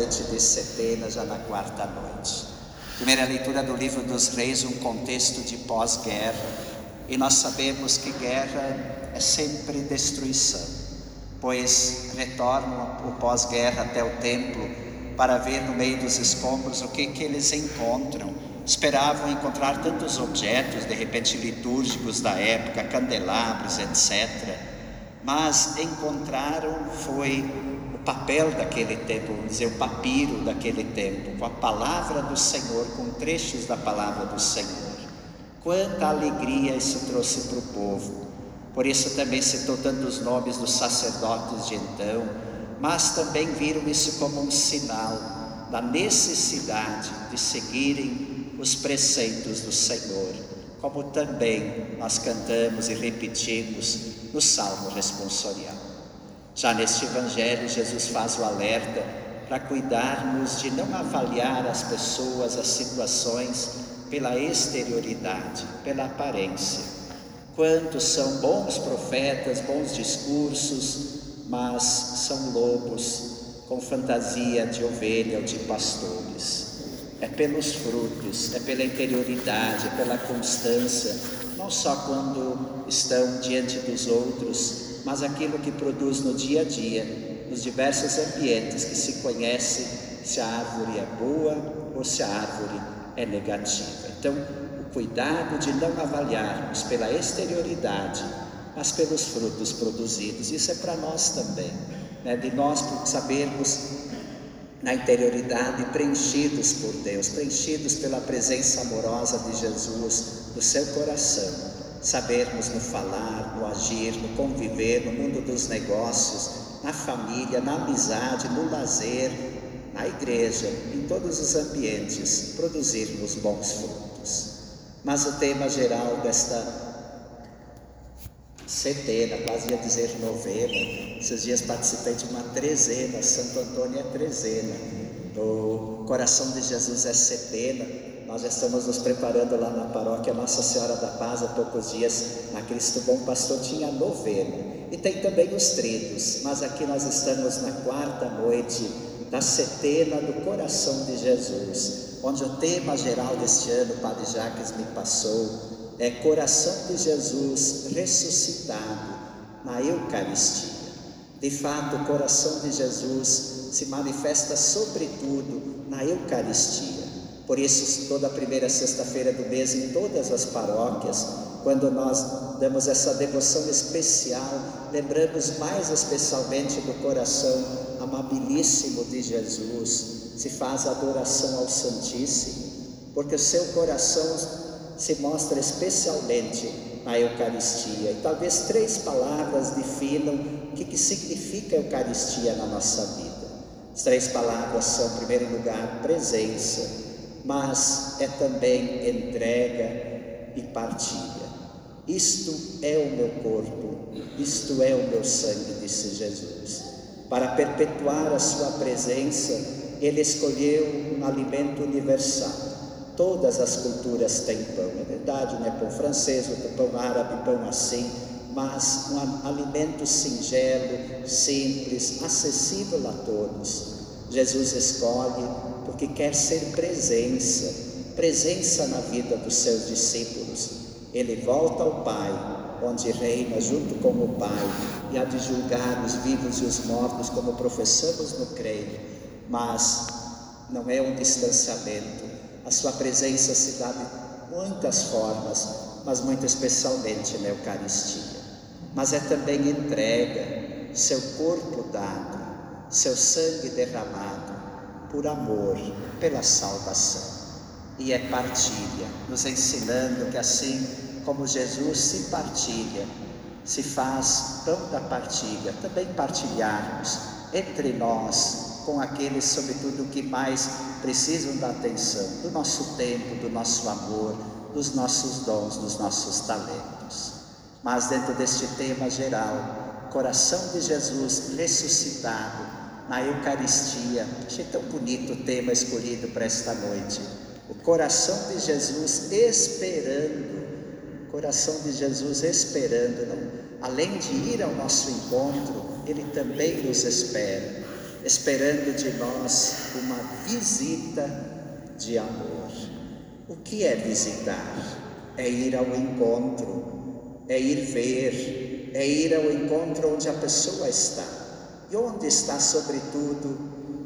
noite de setena, já na quarta noite. Primeira leitura do livro dos Reis, um contexto de pós-guerra. E nós sabemos que guerra é sempre destruição, pois retornam o pós-guerra até o templo para ver no meio dos escombros o que eles encontram. Esperavam encontrar tantos objetos, de repente litúrgicos da época, candelabros, etc. Mas encontraram foi o papel daquele tempo, vamos dizer, o papiro daquele tempo, com a palavra do Senhor, com trechos da palavra do Senhor. Quanta alegria isso trouxe para o povo. Por isso também citou tantos nomes dos sacerdotes de então, mas também viram isso como um sinal da necessidade de seguirem os preceitos do Senhor, como também nós cantamos e repetimos no Salmo responsorial. Já neste Evangelho, Jesus faz o alerta para cuidarmos de não avaliar as pessoas, as situações, pela exterioridade, pela aparência. Quantos são bons profetas, bons discursos, mas são lobos com fantasia de ovelha ou de pastores. É pelos frutos, é pela interioridade, é pela constância, não só quando estão diante dos outros, mas aquilo que produz no dia a dia, nos diversos ambientes que se conhece se a árvore é boa ou se a árvore é negativa. Então, o cuidado de não avaliarmos pela exterioridade, mas pelos frutos produzidos. Isso é para nós também, né? De nós sabermos na interioridade preenchidos por Deus, preenchidos pela presença amorosa de Jesus no seu coração, sabermos no falar, no agir, no conviver, no mundo dos negócios, na família, na amizade, no lazer, na igreja, em todos os ambientes, produzirmos bons frutos. Mas o tema geral desta setena, quase ia dizer novena, esses dias participei de uma trezena, Santo Antônio é trezena, o coração de Jesus é setena. Nós já estamos nos preparando lá na paróquia Nossa Senhora da Paz, há poucos dias, na Cristo Bom Pastor, tinha novena, e tem também os tridos, mas aqui nós estamos na quarta noite da setena do coração de Jesus, onde o tema geral deste ano, o Padre Jacques me passou, é coração de Jesus ressuscitado na Eucaristia. De fato, o coração de Jesus se manifesta sobretudo na Eucaristia. Por isso, toda a primeira sexta-feira do mês, em todas as paróquias, quando nós damos essa devoção especial, lembramos mais especialmente do coração amabilíssimo de Jesus, se faz adoração ao Santíssimo, porque o seu coração se mostra especialmente na Eucaristia. E talvez 3 palavras definam o que significa a Eucaristia na nossa vida. As 3 palavras são, em primeiro lugar, presença, mas é também entrega e partilha. Isto é o meu corpo, isto é o meu sangue, disse Jesus. Para perpetuar a sua presença, ele escolheu um alimento universal. Todas as culturas têm pão, é verdade, não é pão francês, outro pão árabe, pão assim, mas um alimento singelo, simples, acessível a todos. Jesus escolhe porque quer ser presença na vida dos seus discípulos. Ele volta ao Pai, onde reina junto com o Pai, e há de julgar os vivos e os mortos, como professamos no creio, mas não é um distanciamento. A sua presença se dá de muitas formas, mas muito especialmente na Eucaristia. Mas é também entrega, seu corpo dado, seu sangue derramado, por amor, pela salvação. E é partilha, nos ensinando que assim como Jesus se partilha, se faz pão da partilha, também partilharmos entre nós, com aqueles, sobretudo, que mais precisam da atenção, do nosso tempo, do nosso amor, dos nossos dons, dos nossos talentos. Mas dentro deste tema geral, coração de Jesus ressuscitado na Eucaristia, achei tão bonito o tema escolhido para esta noite, o coração de Jesus esperando, coração de Jesus esperando, não? Além de ir ao nosso encontro, ele também nos espera. esperando de nós uma visita de amor. O que é visitar? É ir ao encontro, é ir ver, é ir ao encontro onde a pessoa está. E onde está, sobretudo,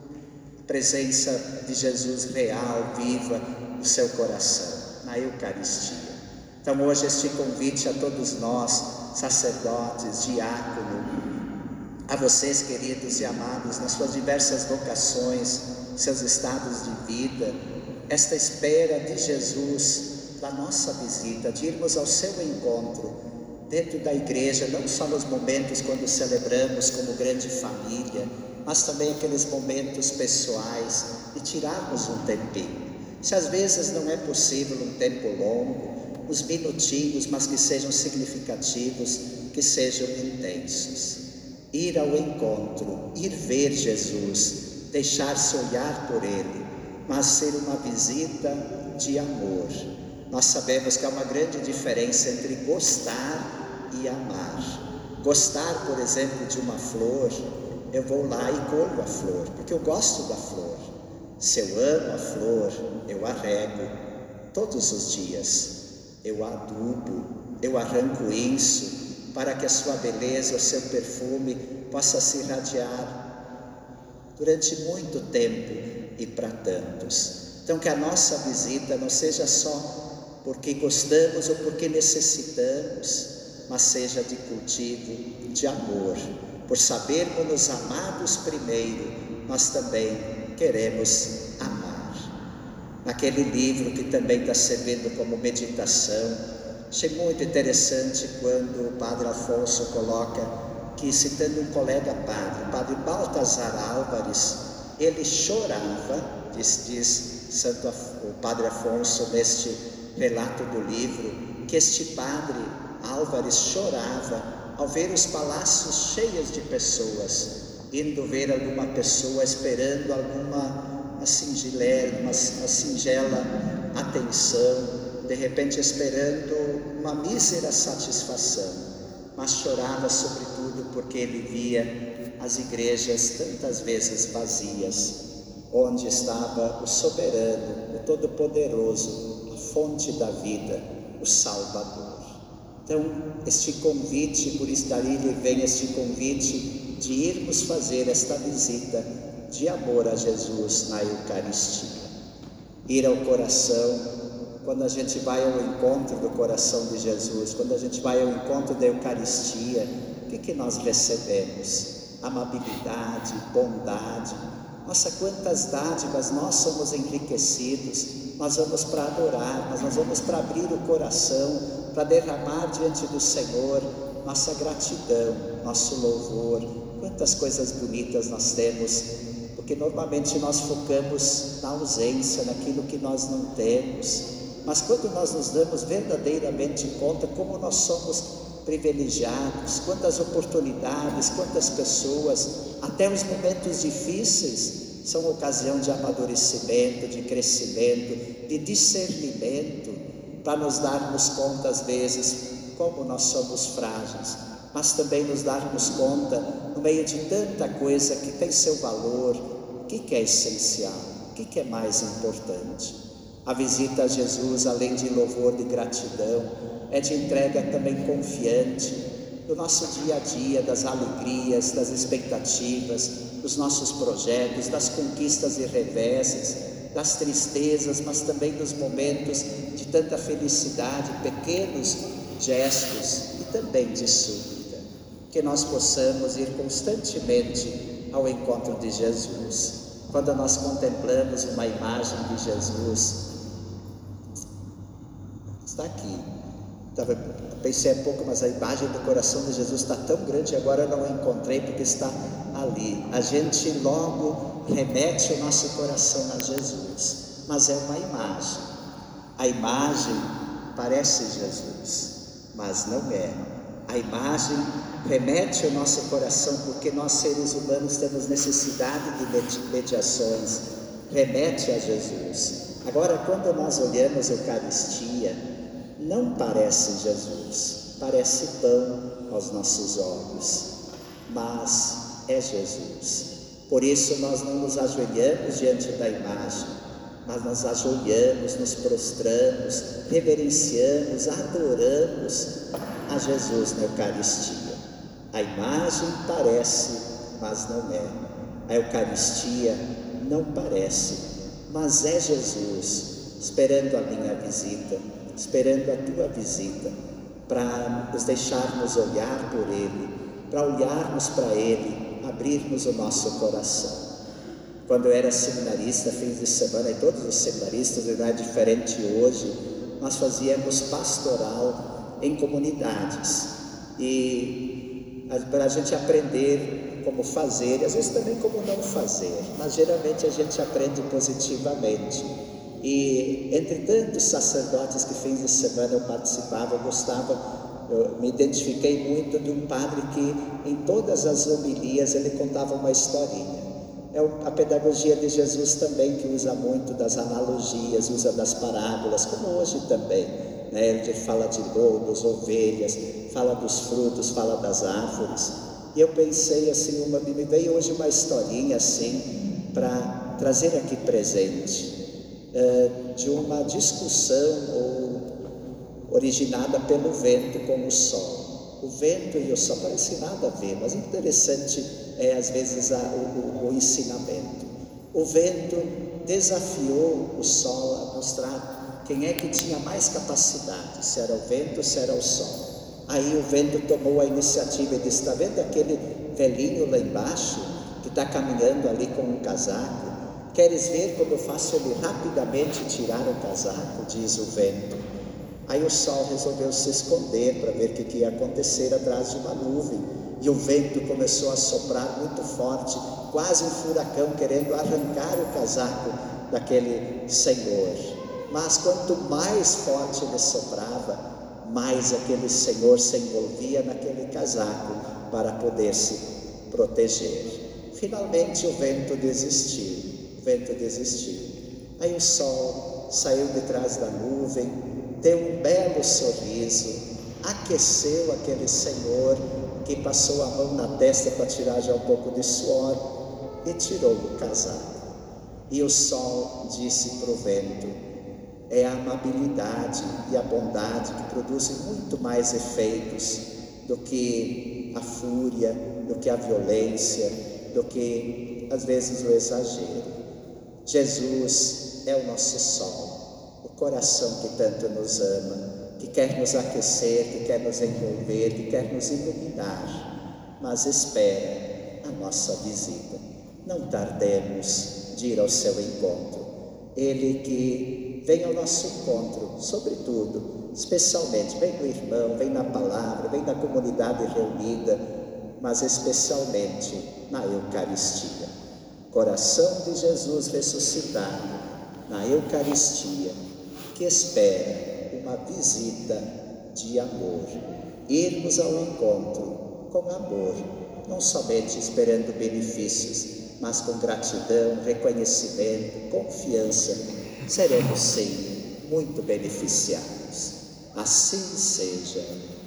a presença de Jesus real, viva, no seu coração, na Eucaristia. Então hoje este convite a todos nós, sacerdotes, diáconos, a vocês, queridos e amados, nas suas diversas vocações, seus estados de vida, esta espera de Jesus, da nossa visita, de irmos ao seu encontro, dentro da igreja, não só nos momentos quando celebramos como grande família, mas também aqueles momentos pessoais, de tirarmos um tempinho. Se às vezes não é possível um tempo longo, uns minutinhos, mas que sejam significativos, que sejam intensos. Ir ao encontro, ir ver Jesus, deixar-se olhar por Ele, mas ser uma visita de amor. Nós sabemos que há uma grande diferença entre gostar e amar. Gostar, por exemplo, de uma flor, eu vou lá e colho a flor, porque eu gosto da flor. Se eu amo a flor, eu a rego todos os dias. Eu adubo, eu arranco isso, para que a sua beleza, o seu perfume possa se irradiar durante muito tempo e para tantos. Então que a nossa visita não seja só porque gostamos ou porque necessitamos, mas seja de cultivo de amor, por sabermos amados primeiro, nós também queremos amar. Naquele livro que também está servindo como meditação, achei muito interessante quando o Padre Afonso coloca que, citando um colega padre, o Padre Baltazar Álvares, ele chorava, diz o Padre Afonso neste relato do livro, que este Padre Álvares chorava ao ver os palácios cheios de pessoas, indo ver alguma pessoa esperando uma singela atenção, de repente esperando uma mísera satisfação, mas chorava sobretudo porque ele via as igrejas tantas vezes vazias, onde estava o soberano, o todo-poderoso, a fonte da vida, o Salvador. Então, este convite, por isso daí vem este convite de irmos fazer esta visita de amor a Jesus na Eucaristia. Ir ao coração, quando a gente vai ao encontro do coração de Jesus, quando a gente vai ao encontro da Eucaristia, o que nós recebemos? Amabilidade, bondade. Nossa, quantas dádivas, nós somos enriquecidos. Nós vamos para adorar, nós vamos para abrir o coração, para derramar diante do Senhor nossa gratidão, nosso louvor. Quantas coisas bonitas nós temos, porque normalmente nós focamos na ausência, naquilo que nós não temos, mas quando nós nos damos verdadeiramente conta como nós somos privilegiados, quantas oportunidades, quantas pessoas, até os momentos difíceis são ocasião de amadurecimento, de crescimento, de discernimento, para nos darmos conta às vezes como nós somos frágeis, mas também nos darmos conta, no meio de tanta coisa que tem seu valor, o que é essencial, o que é mais importante. A visita a Jesus, além de louvor, de gratidão, é de entrega também confiante do nosso dia a dia, das alegrias, das expectativas, dos nossos projetos, das conquistas e reveses, das tristezas, mas também dos momentos de tanta felicidade, pequenos gestos e também de súplica. Que nós possamos ir constantemente ao encontro de Jesus. Quando nós contemplamos uma imagem de Jesus, está aqui. Pensei há pouco, mas a imagem do coração de Jesus está tão grande, agora eu não a encontrei porque está ali. A gente logo remete o nosso coração a Jesus, mas é uma imagem. A imagem parece Jesus, mas não é. A imagem remete o nosso coração, porque nós seres humanos temos necessidade de mediações, remete a Jesus. Agora, quando nós olhamos a Eucaristia, não parece Jesus, parece pão aos nossos olhos, mas é Jesus. Por isso nós não nos ajoelhamos diante da imagem, mas nós ajoelhamos, nos prostramos, reverenciamos, adoramos a Jesus na Eucaristia. A imagem parece, mas não é. A Eucaristia não parece, mas é Jesus, esperando a minha visita, esperando a tua visita, para nos deixarmos olhar por Ele, para olharmos para Ele, abrirmos o nosso coração. Quando eu era seminarista, fins de semana, e todos os seminaristas, não é diferente hoje, nós fazíamos pastoral em comunidades, e para a gente aprender como fazer, e às vezes também como não fazer, mas geralmente a gente aprende positivamente. E entre tantos sacerdotes que fins de semana eu participava, eu me identifiquei muito de um padre que em todas as homilias ele contava uma historinha. É a pedagogia de Jesus também, que usa muito das analogias, usa das parábolas, como hoje também, né? Ele fala de lobos, ovelhas, fala dos frutos, fala das árvores. E eu pensei assim, me veio hoje uma historinha assim, para trazer aqui presente, de uma discussão originada pelo vento com o sol. O vento e o sol parecem nada a ver, mas interessante é às vezes o ensinamento. O vento desafiou o sol a mostrar quem é que tinha mais capacidade, se era o vento ou se era o sol. Aí o vento tomou a iniciativa e disse: está vendo aquele velhinho lá embaixo que está caminhando ali com um casaco? Queres ver como eu faço ele rapidamente tirar o casaco? Diz o vento. Aí o sol resolveu se esconder para ver o que ia acontecer atrás de uma nuvem, e o vento começou a soprar muito forte, quase um furacão, querendo arrancar o casaco daquele senhor. Mas quanto mais forte ele soprava, mais aquele senhor se envolvia naquele casaco para poder se proteger. Finalmente o vento desistiu. Aí o sol saiu de trás da nuvem, deu um belo sorriso, aqueceu aquele senhor que passou a mão na testa para tirar já um pouco de suor e tirou o casaco. E o sol disse para o vento: é a amabilidade e a bondade que produzem muito mais efeitos do que a fúria, do que a violência, do que às vezes o exagero. Jesus é o nosso sol, o coração que tanto nos ama, que quer nos aquecer, que quer nos envolver, que quer nos iluminar, mas espera a nossa visita. Não tardemos de ir ao seu encontro. Ele que vem ao nosso encontro, sobretudo, especialmente, vem no irmão, vem na palavra, vem na comunidade reunida, mas especialmente na Eucaristia. Coração de Jesus ressuscitado, na Eucaristia, que espera uma visita de amor, irmos ao encontro com amor, não somente esperando benefícios, mas com gratidão, reconhecimento, confiança, seremos sim muito beneficiados. Assim seja.